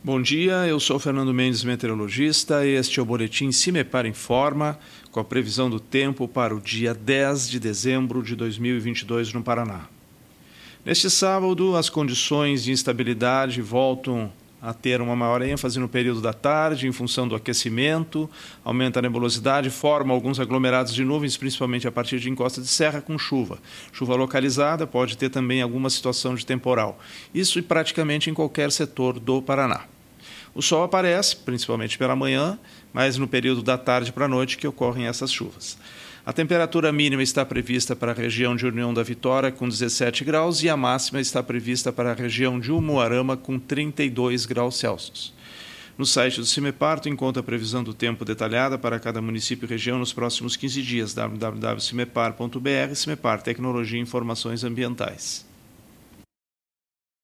Bom dia, eu sou Fernando Mendes, meteorologista, e este é o boletim CIMEPAR Informa, com a previsão do tempo para o dia 10 de dezembro de 2022 no Paraná. Neste sábado, as condições de instabilidade voltam a ter uma maior ênfase no período da tarde, em função do aquecimento, aumenta a nebulosidade, forma alguns aglomerados de nuvens, principalmente a partir de encosta de serra, com chuva. Chuva localizada, pode ter também alguma situação de temporal. Isso praticamente em qualquer setor do Paraná. O sol aparece, principalmente pela manhã, mas no período da tarde para a noite que ocorrem essas chuvas. A temperatura mínima está prevista para a região de União da Vitória com 17 graus e a máxima está prevista para a região de Umuarama com 32 graus Celsius. No site do CIMEPAR, tu encontra a previsão do tempo detalhada para cada município e região nos próximos 15 dias, www.cimepar.br, CIMEPAR, Tecnologia e Informações Ambientais.